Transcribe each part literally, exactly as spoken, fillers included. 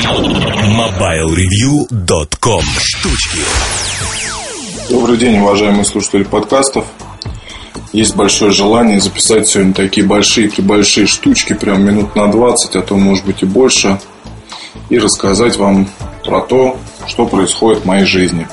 мобайл ревью точка ком. Штучки. Добрый день, уважаемые слушатели подкастов. Есть большое желание записать сегодня такие большие-пребольшие штучки, прям минут на двадцать, а то может быть и больше, и рассказать вам про то, что происходит в моей жизни.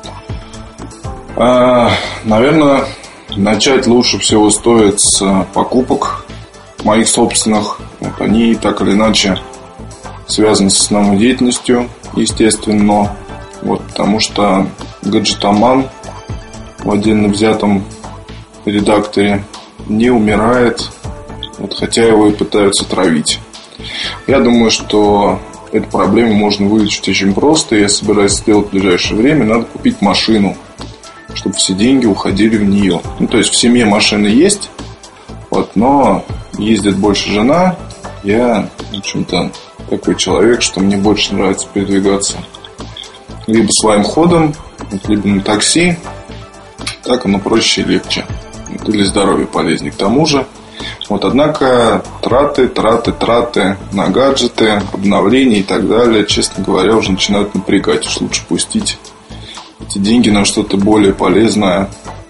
а, Наверное, начать лучше всего стоит с покупок моих собственных. Вот они так или иначе связаны с основной деятельностью, естественно. Вот, потому что гаджетоман в отдельно взятом редакторе не умирает, вот, хотя его и пытаются травить. Я думаю, что эту проблему можно вылечить очень просто. Я собираюсь сделать в ближайшее время. Надо купить машину, чтобы все деньги уходили в нее. Ну, то есть в семье машины есть, вот, но ездит больше жена. Я, в общем-то, такой человек, что мне больше нравится передвигаться либо своим ходом, либо на такси. Так оно проще и легче. И для здоровья полезнее. К тому же, вот, однако, траты, траты, траты на гаджеты, обновления и так далее, честно говоря, уже начинают напрягать. Уж лучше пустить эти деньги на что-то более полезное,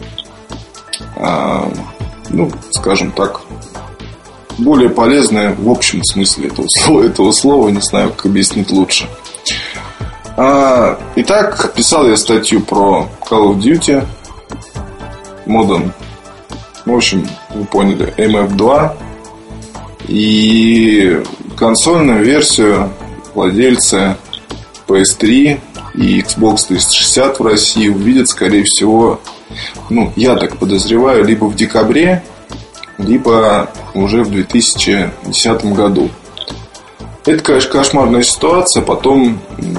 а, ну, скажем так, более полезное в общем смысле этого слова, этого слова, не знаю, как объяснить лучше. а, Итак, писал я статью про Call of Duty Modern, в общем, вы поняли, эм эф два. И консольную версию владельцы пи эс три и Xbox триста шестьдесят в России увидят, скорее всего, ну, я так подозреваю, либо в декабре, либо уже в две тысячи десятом году. Это, конечно, кошмарная ситуация. Потом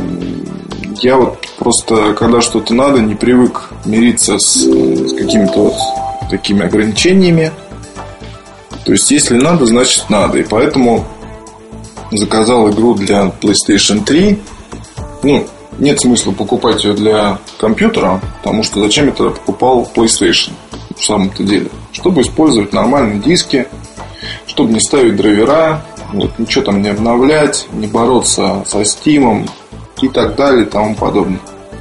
я вот просто, когда что-то надо, не привык мириться с, с какими-то вот такими ограничениями. То есть, если надо, значит надо. И поэтому заказал игру для плейстейшн три. Ну, нет смысла покупать ее для компьютера, потому что зачем я тогда покупал PlayStation в самом-то деле? Чтобы использовать нормальные диски, чтобы не ставить драйвера, вот, ничего там не обновлять, не бороться со Steam и так далее и тому подобное.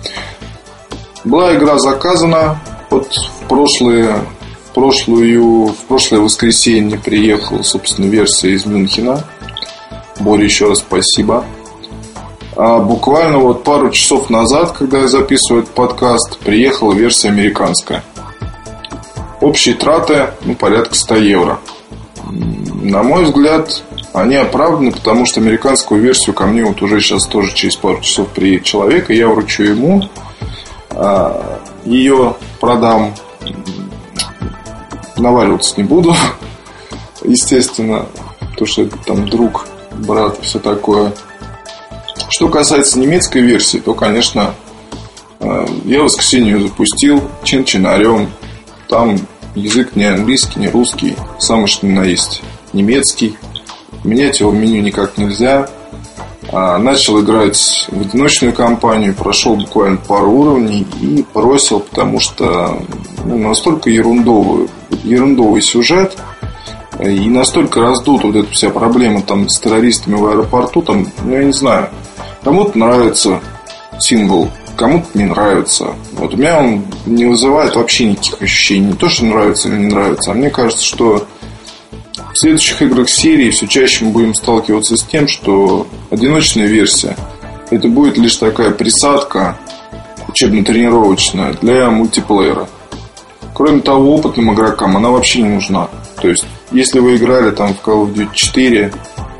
Была игра заказана. Вот в прошлые, в прошлую, в прошлое воскресенье приехала, собственно, версия из Мюнхена. Боре, еще раз спасибо. А буквально вот пару часов назад, когда я записываю этот подкаст, приехала версия американская. Общие траты, ну, порядка сто евро. На мой взгляд, они оправданы, потому что американскую версию ко мне вот уже сейчас тоже через пару часов приедет человек, и я вручу ему, а, ее продам, наваливаться не буду, естественно, потому что это там друг, брат и все такое. Что касается немецкой версии, то, конечно, я в воскресенье ее запустил чин-чинарем. Там язык не английский, не русский, самый что ни на есть немецкий. Менять его в меню никак нельзя. Начал играть в одиночную кампанию, прошел буквально пару уровней и бросил, потому что, ну, настолько ерундовый, ерундовый сюжет и настолько раздут вот эта вся проблема там с террористами в аэропорту, там, ну, я не знаю, кому-то нравится сингл, кому-то не нравится. Вот у меня он не вызывает вообще никаких ощущений. Не то, что нравится или не нравится, а мне кажется, что в следующих играх серии все чаще мы будем сталкиваться с тем, что одиночная версия это будет лишь такая присадка учебно-тренировочная для мультиплеера. Кроме того, опытным игрокам она вообще не нужна. То есть, если вы играли там в Call of Duty четыре,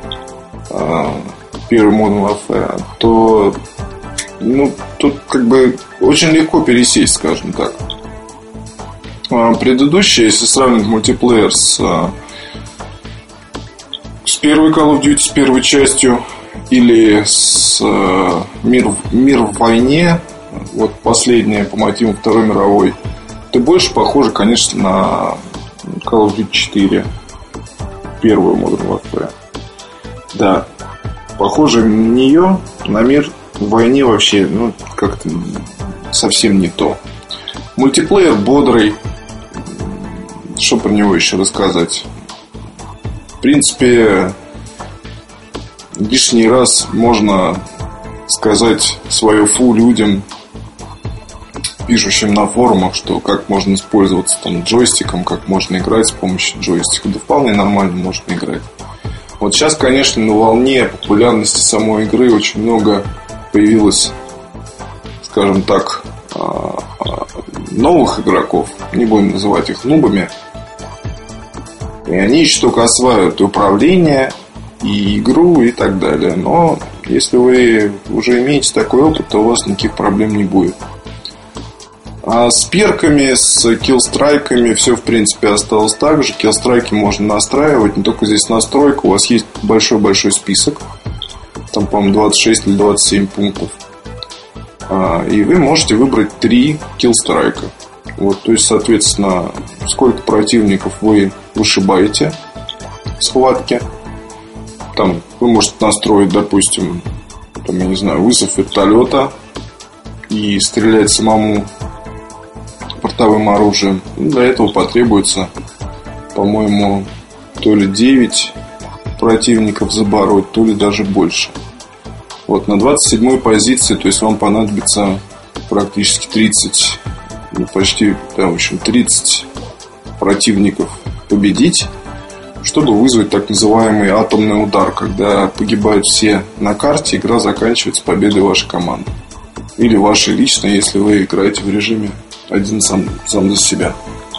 первый Modern Warfare, то, ну, тут как бы очень легко пересесть, скажем так. Предыдущая, если сравнивать мультиплеер с с первой Call of Duty, с первой частью, или с Мир, Мир в войне, вот последняя по мотивам Второй мировой, ты больше похожа, конечно, на Call of Duty четыре, первую Modern Warfare. Да, похоже на нее, на Мир в войне вообще, ну, как-то совсем не то. Мультиплеер бодрый. Что про него еще рассказать? В принципе, лишний раз можно сказать свое фу людям, пишущим на форумах, что как можно использоваться там джойстиком, как можно играть с помощью джойстика. Да вполне нормально можно играть. Вот сейчас, конечно, на волне популярности самой игры очень много появилось, скажем так, новых игроков. Не будем называть их нубами. И они еще только осваивают и управление, и игру, и так далее. Но если вы уже имеете такой опыт, то у вас никаких проблем не будет. А с перками, с киллстрайками все, в принципе, осталось так же. Киллстрайки можно настраивать. Не только здесь настройка. У вас есть большой-большой список. Там, по-моему, двадцать шесть или двадцать семь пунктов. И вы можете выбрать три киллстрайка. Вот, то есть, соответственно, сколько противников вы вышибаете в схватке. Там вы можете настроить, допустим, там, я не знаю, вызов вертолета и стрелять самому портовым оружием. Для этого потребуется, по-моему, то ли девять противников забороть, то ли даже больше. Вот на двадцать седьмой позиции, то есть вам понадобится практически тридцать, ну, почти, да, в общем, тридцать противников победить, чтобы вызвать так называемый атомный удар, когда погибают все на карте, игра заканчивается победой вашей команды. Или вашей личной, если вы играете в режиме один сам, сам за себя.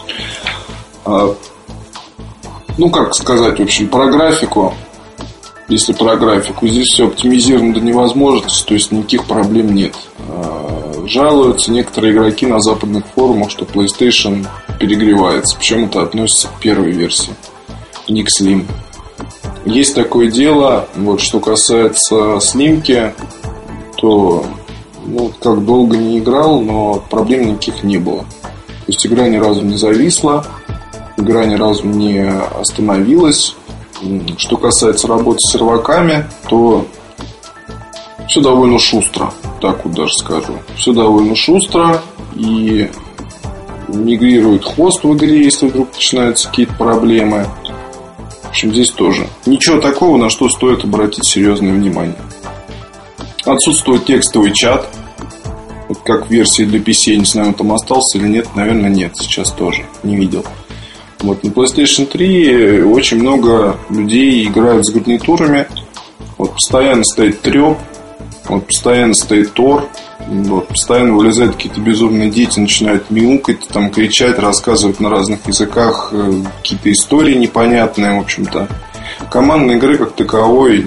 А, ну, как сказать, в общем, про графику. Если про графику, здесь все оптимизировано до невозможности, то есть никаких проблем нет. А, жалуются некоторые игроки на западных форумах, что PlayStation перегревается. Причем это относится к первой версии, не к Slim. Есть такое дело. Вот, что касается Slim'ки, то ну, как долго не играл, но проблем никаких не было. То есть игра ни разу не зависла, игра ни разу не остановилась. Что касается работы с серваками, то все довольно шустро, так вот даже скажу. Все довольно шустро, и мигрирует хвост в игре, если вдруг начинаются какие-то проблемы. В общем, здесь тоже ничего такого, на что стоит обратить серьезное внимание. Отсутствует текстовый чат. Вот как в версии для пи си, не знаю, он там остался или нет. Наверное, нет, сейчас тоже не видел. Вот на PlayStation три очень много людей играют с гарнитурами. Вот постоянно стоит трёп, вот постоянно стоит тор, вот постоянно вылезают какие-то безумные дети, начинают мяукать, там кричать, рассказывать на разных языках какие-то истории непонятные, в общем-то. Командной игры как таковой,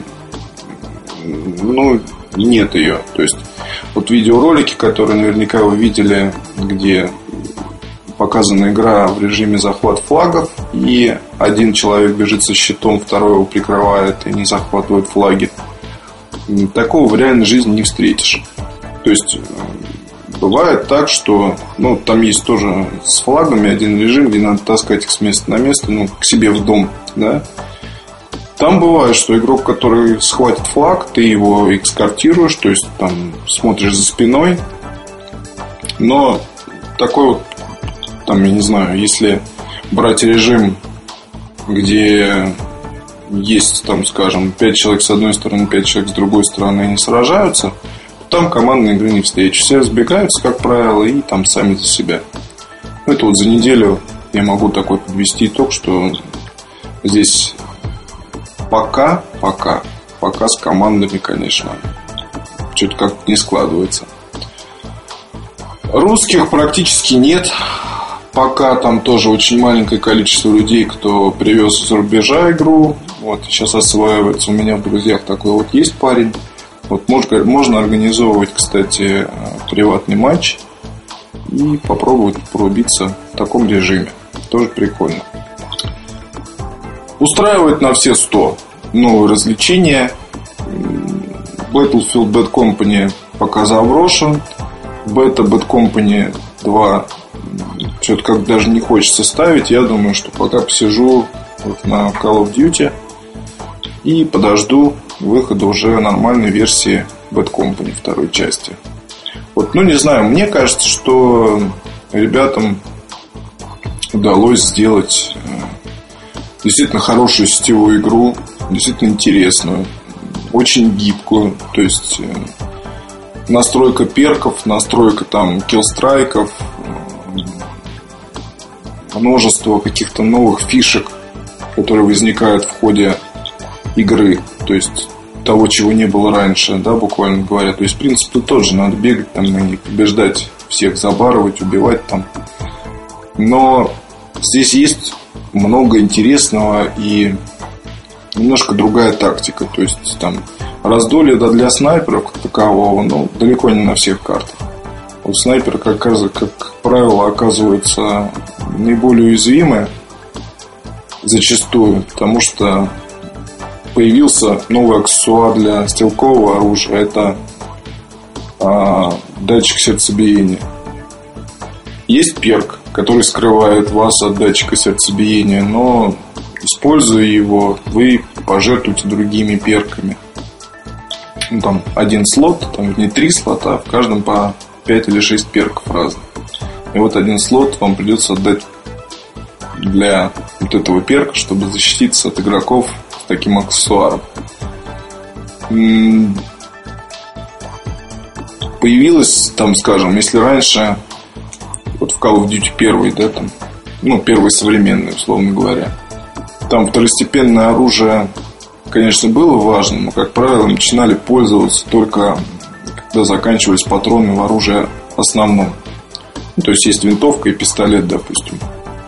ну, нет ее. То есть вот видеоролики, которые наверняка вы видели, где показана игра в режиме захват флагов, и один человек бежит со щитом, второй его прикрывает и не захватывает флаги. Такого в реальной жизни не встретишь. То есть бывает так, что ну, там есть тоже с флагами один режим, где надо таскать их с места на место, ну, к себе в дом, да. Там бывает, что игрок, который схватит флаг, ты его экскортируешь, то есть там смотришь за спиной. Но такой вот, там, я не знаю, если брать режим, где есть, там, скажем, пять человек с одной стороны, пять человек с другой стороны, они сражаются, то там командной игры не встретишь. Все разбегаются, как правило, и там сами за себя. Это вот за неделю я могу такой подвести итог, что здесь пока, пока, пока с командами, конечно, что-то как-то не складывается. Русских практически нет. Пока там тоже очень маленькое количество людей, кто привез из-за рубежа игру. Вот, сейчас осваивается. У меня в друзьях такой вот есть парень. Вот можно, можно организовывать, кстати, приватный матч и попробовать порубиться в таком режиме. Тоже прикольно. Устраивает на все сто новые развлечения. Battlefield Bad Company пока заброшен. Beta Bad Company два что-то как даже не хочется ставить. Я думаю, что пока посижу вот на Call of Duty и подожду выхода уже нормальной версии Bad Company второй части. Вот, ну не знаю, мне кажется, что ребятам удалось сделать действительно хорошую сетевую игру, действительно интересную. очень гибкую. То есть настройка перков, настройка там киллстрайков, множество каких-то новых фишек, которые возникают в ходе игры. То есть того, чего не было раньше, да, буквально говоря. То есть принцип тут тот же. Надо бегать там и побеждать всех, забарывать, убивать там. Но здесь есть много интересного и немножко другая тактика. То есть там раздолье да, для снайперов как такового, но далеко не на всех картах. Вот снайперы, как, как правило, оказываются наиболее уязвимы зачастую, потому что появился новый аксессуар для стрелкового оружия. Это а, датчик сердцебиения. Есть перк, который скрывает вас от датчика сердцебиения, но используя его, вы пожертвуете другими перками. Ну, там один слот, там не три слота, в каждом по пять или шесть перков разных. И вот один слот вам придется отдать для вот этого перка, чтобы защититься от игроков с таким аксессуаром. Появилось там, скажем, если раньше вот в Call of Duty первый, да, там, ну, первый современный, условно говоря, там второстепенное оружие, конечно, было важно, но, как правило, начинали пользоваться только когда заканчивались патроны в оружии основном. Ну, то есть есть винтовка и пистолет, допустим.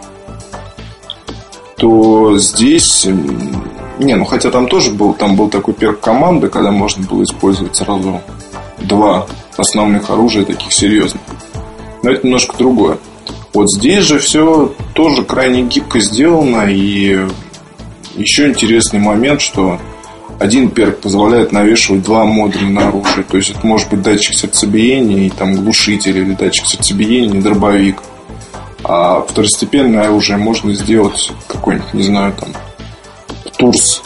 То здесь... Не, ну хотя там тоже был, там был такой перк команды, когда можно было использовать сразу два основных оружия таких серьезных. Но это немножко другое. Вот здесь же все тоже крайне гибко сделано. И еще интересный момент, что один перк позволяет навешивать два модуля на оружие. То есть это может быть датчик сердцебиения и там глушитель, или датчик сердцебиения и дробовик. А второстепенное оружие можно сделать какой-нибудь, не знаю, там ТУРС.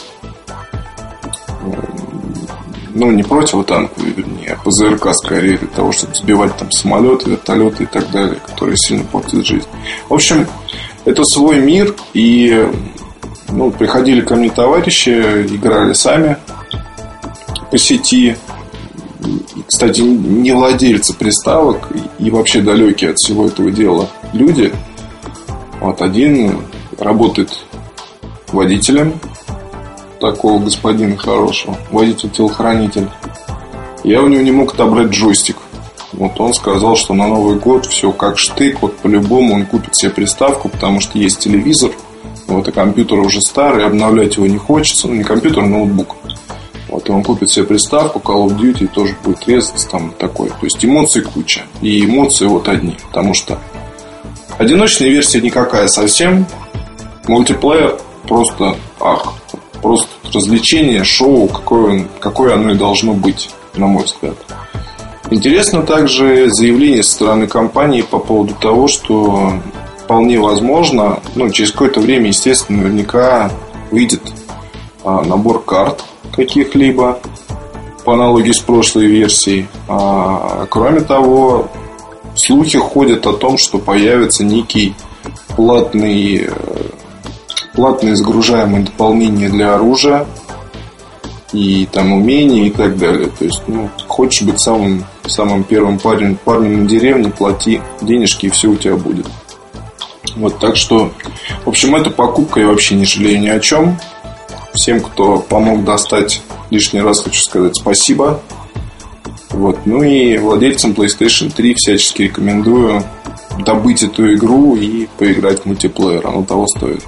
Ну, не противотанковый, вернее, а ПЗРК скорее, для того, чтобы сбивать там самолеты, вертолеты и так далее, которые сильно портят жизнь. В общем, это свой мир. И ну, приходили ко мне товарищи, играли сами по сети. И, кстати, не владельцы приставок и вообще далекие от всего этого дела люди. Вот один работает водителем такого господина хорошего, водитель-телохранитель. Я у него не мог отобрать джойстик. Вот он сказал, что на Новый год все как штык, вот по-любому он купит себе приставку, потому что есть телевизор, вот, и компьютер уже старый, обновлять его не хочется. Ну, не компьютер, а ноутбук. Вот, и он купит себе приставку, Call of Duty тоже будет резаться там такой. То есть эмоций куча. И эмоции вот одни. Потому что одиночная версия никакая совсем. Мультиплеер просто ах. Просто развлечение, шоу, какое, какое оно и должно быть, на мой взгляд. Интересно также заявление со стороны компании по поводу того, что вполне возможно, ну, через какое-то время, естественно, наверняка выйдет а, набор карт каких-либо по аналогии с прошлой версией. А, кроме того, слухи ходят о том, что появится некий платный... платные загружаемые дополнения для оружия и там умения и так далее. То есть, ну, хочешь быть самым, самым первым парень, парнем на деревне, плати денежки, и все у тебя будет. Вот, так что, в общем, эта покупка я вообще не жалею ни о чем. Всем, кто помог достать, лишний раз хочу сказать спасибо. Вот, ну и владельцам PlayStation три всячески рекомендую добыть эту игру и поиграть в мультиплеер. Оно того стоит.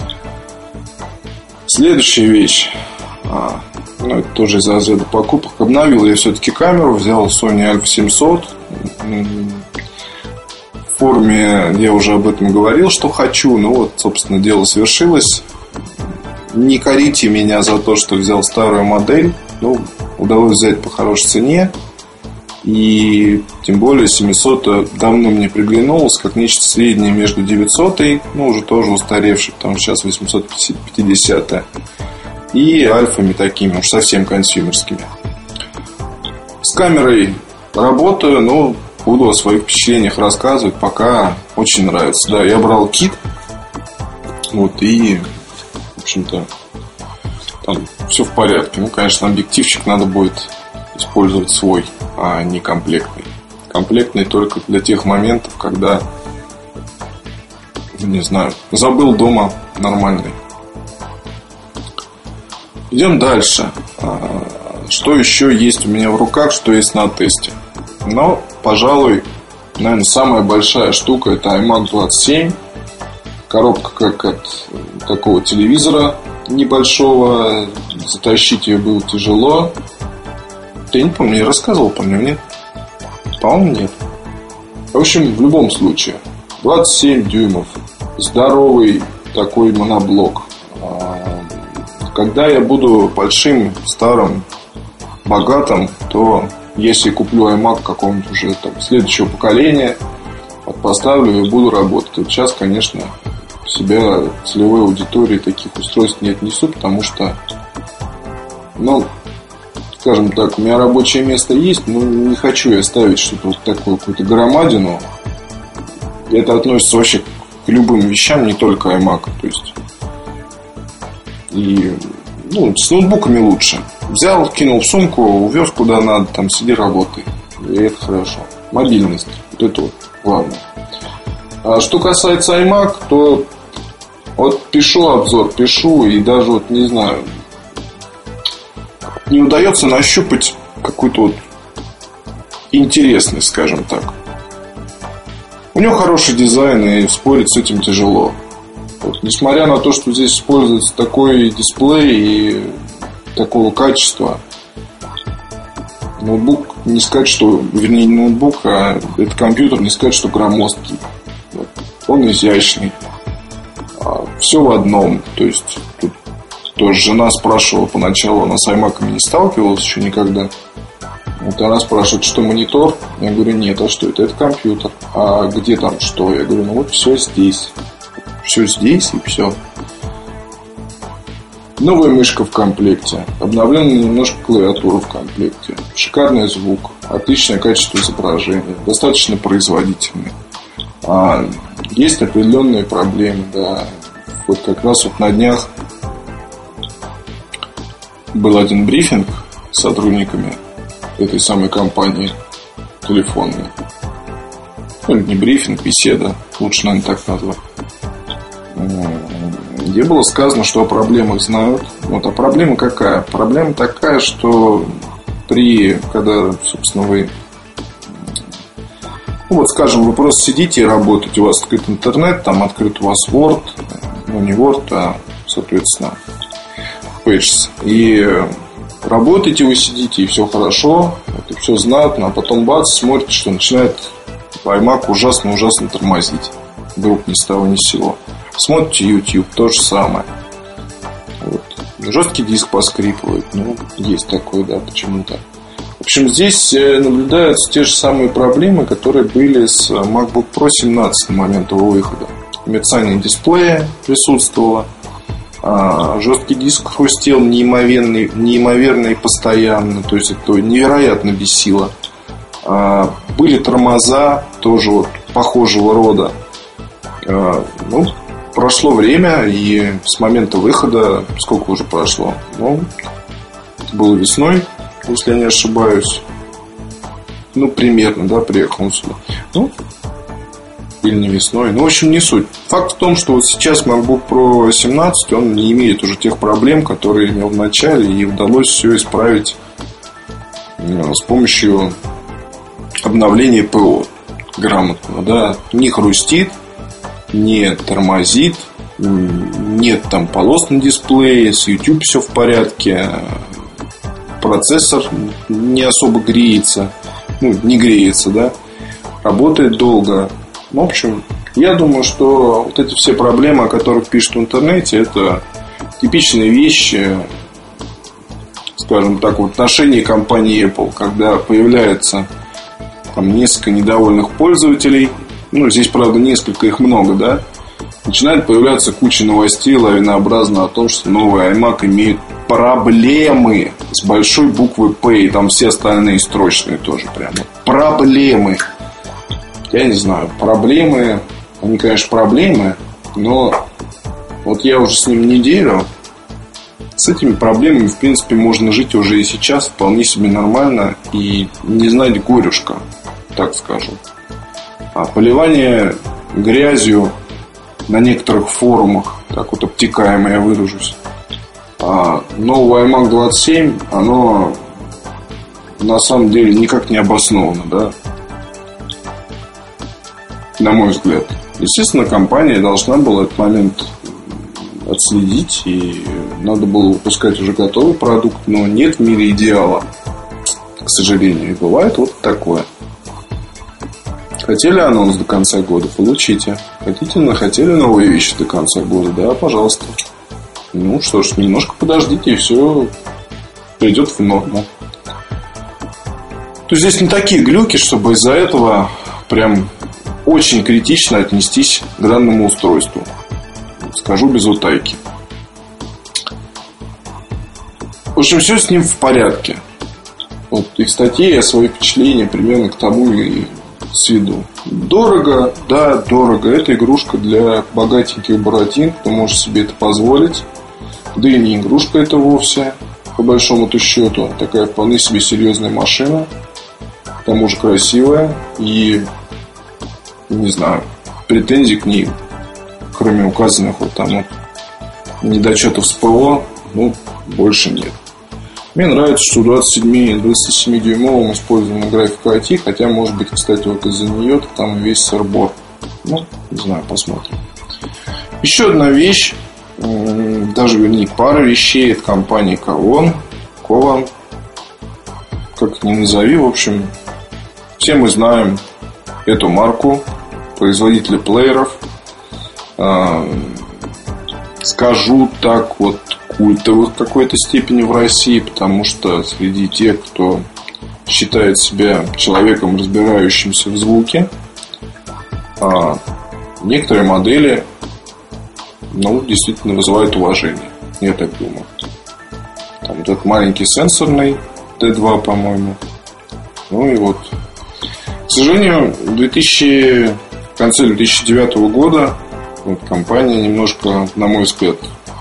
Следующая вещь, а, ну, это тоже из разряда покупок. Обновил я все-таки камеру, взял Sony Alpha семьсот. В форме я уже об этом говорил, что хочу. Ну вот, собственно, дело свершилось. Не корите меня за то, что взял старую модель. Ну, удалось взять по хорошей цене. И тем более семисот давно мне приглянулось как нечто среднее между девятьсотой, ну уже тоже устаревшей, потому что сейчас восемьсот пятидесятая, и альфами такими уж совсем консюмерскими. С камерой работаю, но буду о своих впечатлениях рассказывать, пока очень нравится. Да, я брал кит, вот, и в общем-то там все в порядке. Ну, конечно, объективчик надо будет использовать свой, а не комплектный. Комплектный только для тех моментов, когда, не знаю, забыл дома нормальный. Идем дальше. Что еще есть у меня в руках, что есть на тесте? Но, пожалуй, наверное, самая большая штука — это iMac двадцать семь. Коробка как от такого телевизора небольшого. Затащить ее было тяжело. Я не помню, я рассказывал про нее, нет? По-моему, нет. В общем, в любом случае, двадцать семь дюймов. Здоровый такой моноблок. Когда я буду большим, старым, богатым, то если куплю iMac какого-нибудь уже там следующего поколения, поставлю и буду работать. Вот сейчас, конечно, себя целевой аудитории таких устройств не отнесу, потому что, ну, скажем так, у меня рабочее место есть, но не хочу я ставить что-то вот такое, какую-то громадину. И это относится вообще к любым вещам, не только iMac. То есть, и, ну, с ноутбуками лучше. Взял, кинул в сумку, увез куда надо, там сиди, работай. И это хорошо. Мобильность. Вот это вот главное. А что касается iMac, то вот пишу обзор, пишу, и даже вот не знаю, не удается нащупать какую-то вот интересность, скажем так. У него хороший дизайн, и спорить с этим тяжело. Вот, несмотря на то, что здесь используется такой дисплей и такого качества, ноутбук не сказать, что, вернее, не ноутбук, а этот компьютер не сказать, что громоздкий. Вот. Он изящный. А все в одном. То есть тут тоже жена спрашивала поначалу, она с iMac'ами не сталкивалась еще никогда. Вот она спрашивает, что монитор? Я говорю, нет, а что это? Это компьютер. А где там что? Я говорю, ну вот все здесь. Все здесь и все. Новая мышка в комплекте. Обновленная немножко клавиатура в комплекте. Шикарный звук. Отличное качество изображения. Достаточно производительный. А, есть определенные проблемы, да. Вот как раз вот на днях был один брифинг с сотрудниками этой самой компании телефонной. Ну, не брифинг, беседа. Лучше, наверное, так назвать. Где было сказано, что о проблемах знают. Вот, а проблема какая? Проблема такая, что при, когда, собственно, вы, ну вот, скажем, вы просто сидите и работаете, у вас открыт интернет, там открыт у вас Word, ну не Word, а, соответственно, Pages. И работаете вы, сидите, и все хорошо, вот, и все знатно, а потом бац, смотрите, что начинает iMac ужасно-ужасно тормозить. Вдруг ни с того ни с сего. Смотрите YouTube, то же самое. Вот. Жесткий диск поскрипывает. Ну, есть такое, да, почему-то. В общем, здесь наблюдаются те же самые проблемы, которые были с MacBook Pro семнадцать на момент его выхода. Мерцание дисплея присутствовало. А жесткий диск хрустел неимоверно, неимоверно и постоянно. То есть это невероятно бесило. А были тормоза тоже вот похожего рода. А, ну, прошло время, и с момента выхода, сколько уже прошло? Ну, было весной, если я не ошибаюсь. Ну, примерно, да, приехал он сюда. Ну, или не весной. Ну, в общем, не суть. Факт в том, что вот сейчас MacBook Pro семнадцать, он не имеет уже тех проблем, которые имел в начале, и удалось все исправить с помощью обновления ПО грамотного, да. Не хрустит, не тормозит, нет там полос на дисплее, с YouTube все в порядке, процессор не особо греется, ну, не греется, да, работает долго. В общем, я думаю, что вот эти все проблемы, о которых пишут в интернете, это типичные вещи, скажем так, в отношении компании Apple, когда появляется там несколько недовольных пользователей. Ну, здесь, правда, несколько, их много, да. Начинает появляться куча новостей лавинообразно о том, что новый iMac имеет проблемы с большой буквы П. И там все остальные строчные тоже прямо. Проблемы. Я не знаю, проблемы. Они, конечно, проблемы. Но вот я уже с ним неделю С этими проблемами, в принципе, можно жить уже и сейчас вполне себе нормально и не знать горюшка, так скажем. А поливание грязью на некоторых форумах, так вот обтекаемо я выражусь, а новое iMac двадцать семь, оно на самом деле никак не обосновано, да? На мой взгляд. Естественно, компания должна была этот момент отследить, и надо было выпускать уже готовый продукт, но нет в мире идеала, к сожалению, и бывает вот такое. Хотели анонс до конца года? Получите. Хотите, хотели новые вещи до конца года? Да, пожалуйста. Ну что ж, немножко подождите, и все придет в норму. То здесь не такие глюки, чтобы из-за этого прям очень критично отнестись к данному устройству. Скажу без утайки. В общем, все с ним в порядке. Вот и в статье я свои впечатления примерно к тому и сведу. Дорого, да, дорого. Это игрушка для богатеньких буратин, кто может себе это позволить. Да и не игрушка это вовсе, по большому-то счету. Такая вполне себе серьезная машина. К тому же красивая. И, не знаю, претензий к ней, кроме указанных вот там вот недочетов с ПО, ну, больше нет. Мне нравится, что в двадцать семь дюймовом использована графика эй ти, хотя, может быть, кстати, вот из-за нее там весь сырбор. Ну, не знаю, посмотрим. Еще одна вещь, даже не пара вещей от компании Ковон. Ковон, как ни назови, в общем, все мы знаем эту марку, производителя плееров. Скажу так, вот культовых в какой-то степени в России, потому что среди тех, кто считает себя человеком, разбирающимся в звуке, некоторые модели, ну, действительно вызывают уважение. Я так думаю. Там вот этот маленький сенсорный ди два, по-моему. Ну и вот. К сожалению, в две тысячи, в конце две тысячи девятого года вот, компания немножко, на мой взгляд,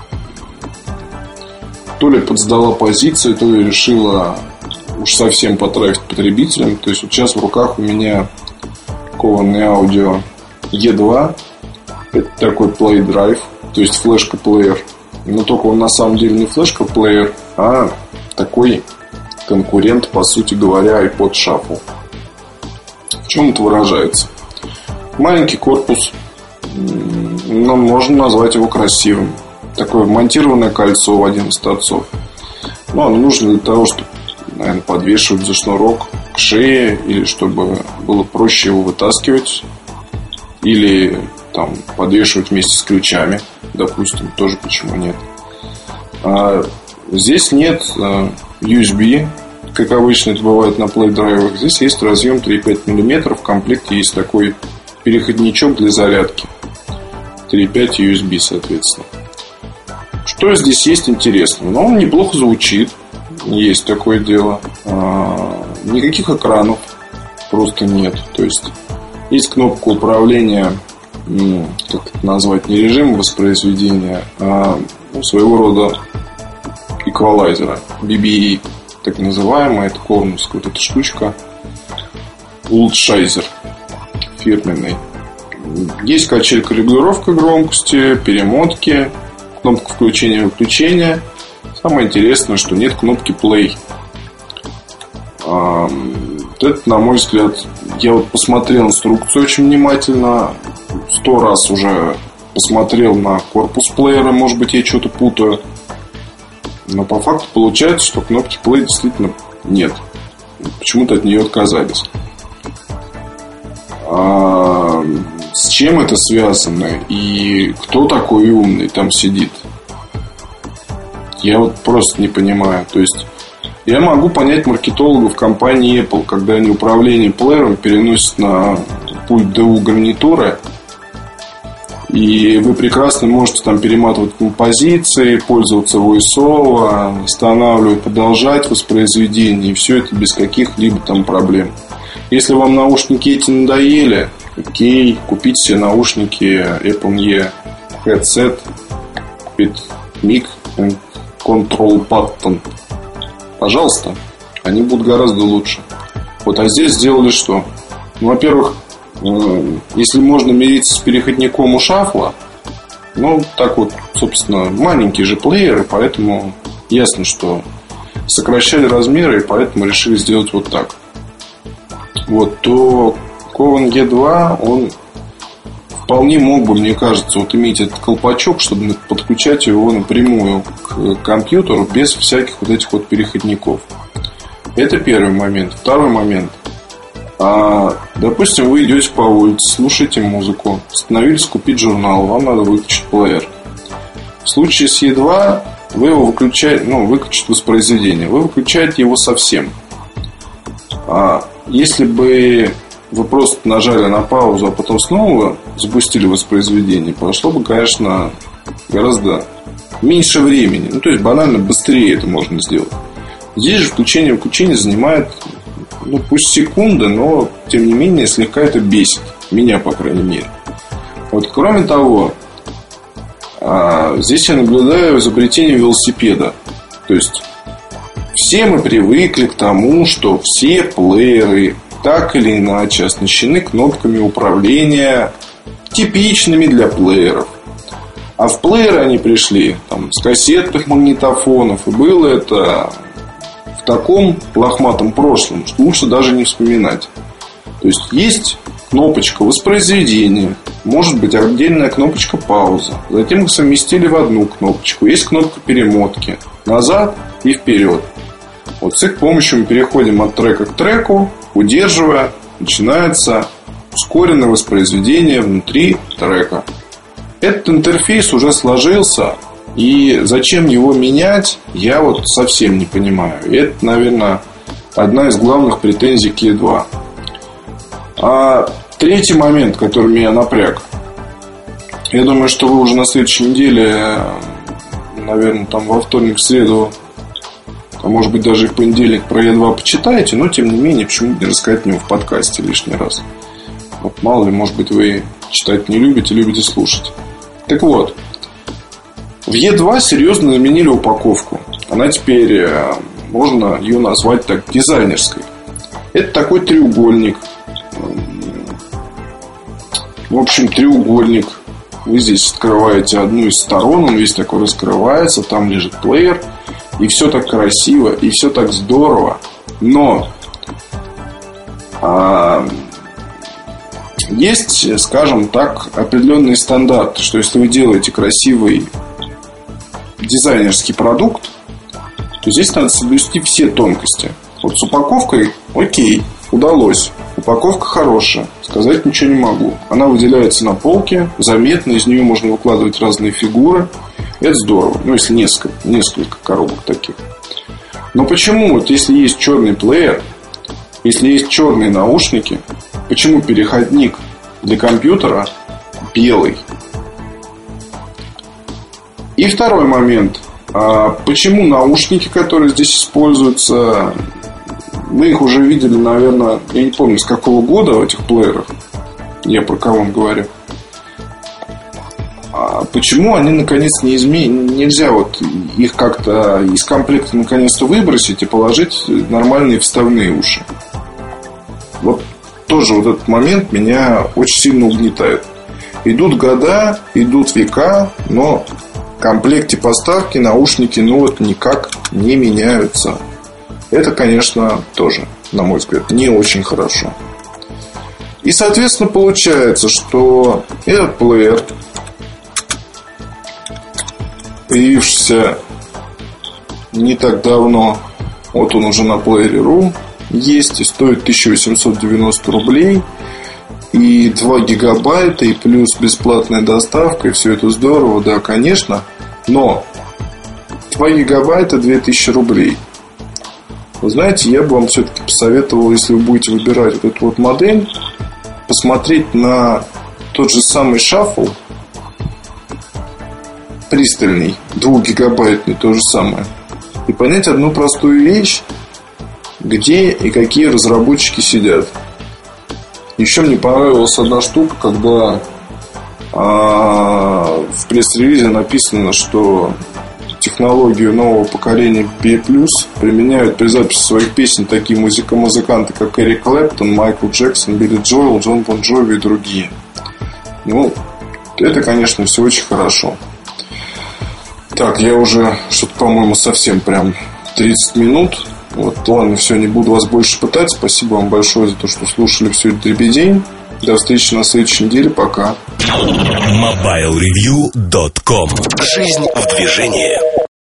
то ли подсдала позиции, то ли решила уж совсем потрафить потребителям. То есть вот сейчас в руках у меня кованный аудио и два. Это такой Play Drive, то есть флешка-плеер. Но только он на самом деле не флешка-плеер, а такой конкурент, по сути говоря, iPod Shuffle. В чем это выражается? Маленький корпус, но можно назвать его красивым. Такое вмонтированное кольцо в один из торцов. Ну, оно нужно для того, чтобы, наверное, подвешивать за шнурок к шее, или чтобы было проще его вытаскивать, или там подвешивать вместе с ключами, допустим, тоже почему нет. А здесь нет ю эс би, как обычно это бывает на плей-драйвах. Здесь есть разъем три и пять миллиметров. В комплекте есть такой переходничок для зарядки три и пять ю эс би, соответственно. Что здесь есть интересного? Ну, он неплохо звучит. Есть такое дело. А, никаких экранов просто нет. То есть есть кнопка управления, как это назвать, не режим воспроизведения, а ну, своего рода эквалайзера. би би и, так называемая, это ковновская вот эта штучка. Улучшайзер фирменный. Есть качелька, регулировка громкости, перемотки, кнопка включения-выключения. Самое интересное, что нет кнопки play. А, это, на мой взгляд, я вот посмотрел инструкцию очень внимательно. Сто раз уже посмотрел на корпус плеера. Может быть, я что-то путаю. Но по факту получается, что кнопки play действительно нет. Почему-то от нее отказались. А с чем это связано? И кто такой умный там сидит? Я вот просто не понимаю. То есть я могу понять маркетологов компании Apple, когда они управление плеером переносят на пульт ди ю гарнитуры. И вы прекрасно можете там перематывать композиции, пользоваться voice-over, останавливать, продолжать воспроизведение. И все это без каких-либо там проблем. Если вам наушники эти надоели, окей, купите себе наушники Apple E Headset, купить миг, Control Button, пожалуйста, они будут гораздо лучше. Вот, а здесь сделали что? Ну, во-первых, если можно мириться с переходником у шафла, ну, так вот, собственно, маленькие же плееры, поэтому ясно, что сокращали размеры, и поэтому решили сделать вот так. Вот, то Ковен джи два, он вполне мог бы, мне кажется, вот иметь этот колпачок, чтобы подключать его напрямую к компьютеру без всяких вот этих вот переходников. Это первый момент. Второй момент. А, допустим, вы идете по улице, слушаете музыку, остановились купить журнал, вам надо выключить плеер. В случае с и два вы его выключаете, ну, выключить воспроизведение. Вы выключаете его совсем. А если бы вы просто нажали на паузу, а потом снова запустили воспроизведение, прошло бы, конечно, гораздо меньше времени. Ну, то есть, банально быстрее это можно сделать. Здесь же включение-выключение занимает, ну, пусть секунды, но, тем не менее, слегка это бесит. Меня, по крайней мере. Вот, кроме того, здесь я наблюдаю изобретение велосипеда. То есть, все мы привыкли к тому, что все плееры так или иначе оснащены кнопками управления, типичными для плееров. А в плееры они пришли там, с кассетных магнитофонов. И было это в таком лохматом прошлом, что лучше даже не вспоминать. То есть, есть кнопочка воспроизведения, может быть отдельная кнопочка пауза. Затем их совместили в одну кнопочку. Есть кнопка перемотки назад и вперед. Вот с их помощью мы переходим от трека к треку, удерживая, начинается ускоренное воспроизведение внутри трека. Этот интерфейс уже сложился, и зачем его менять, я вот совсем не понимаю. И это, наверное, одна из главных претензий к и два. А третий момент, который меня напряг. Я думаю, что вы уже на следующей неделе, наверное, там во вторник, в среду, а может быть даже и в понедельник про и два почитаете, но тем не менее, почему не рассказать мне в подкасте лишний раз. Вот мало ли, может быть, вы читать не любите, любите слушать. Так вот, в и два серьезно заменили упаковку. Она теперь, можно ее назвать так, дизайнерской. Это такой треугольник. В общем, треугольник. Вы здесь открываете одну из сторон, он весь такой раскрывается, там лежит плеер. И все так красиво, и все так здорово. Но а, есть, скажем так, определенные стандарты, что если вы делаете красивый дизайнерский продукт, то здесь надо соблюсти все тонкости. Вот с упаковкой, окей, удалось. Упаковка хорошая, сказать ничего не могу. Она выделяется на полке, заметно, из нее можно выкладывать разные фигуры. Это здорово, ну если несколько, несколько коробок таких. Но почему, вот если есть черный плеер, если есть черные наушники, почему переходник для компьютера белый? И второй момент. А почему наушники, которые здесь используются, мы их уже видели, наверное, я не помню, с какого года в этих плеерах, я про кого говорю. А почему они наконец не изменят? Нельзя вот их как-то из комплекта наконец-то выбросить и положить нормальные вставные уши. Вот тоже вот этот момент меня очень сильно угнетает. Идут года, идут века, но в комплекте поставки наушники ну вот никак не меняются. Это, конечно, тоже, на мой взгляд, не очень хорошо. И, соответственно, получается, что этот плеер, появившийся не так давно, вот он уже на плеере точка ру есть и стоит тысяча восемьсот девяносто рублей, и два гигабайта, и плюс бесплатная доставка, и все это здорово, да, конечно, но два гигабайта две тысячи рублей. Вы знаете, я бы вам все-таки посоветовал, если вы будете выбирать вот эту вот модель, посмотреть на тот же самый шафл пристальный, двухгигабайтный, то же самое, и понять одну простую вещь, где и какие разработчики сидят. Еще мне понравилась одна штука, когда а, в пресс-релизе написано, что технологию нового поколения пи эй плюс применяют при записи своих песен такие музыка- музыканты, как Эрик Клэптон, Майкл Джексон, Билли Джоэл, Джон Бон Джови и другие. Ну, это, конечно, все очень хорошо. Так, я уже что-то, по-моему, совсем прям тридцать минут. Вот, ладно, все, не буду вас больше пытать. Спасибо вам большое за то, что слушали всю эту дребедень. До встречи на следующей неделе. Пока. мобайл ревью точка ком. Жизнь в движении.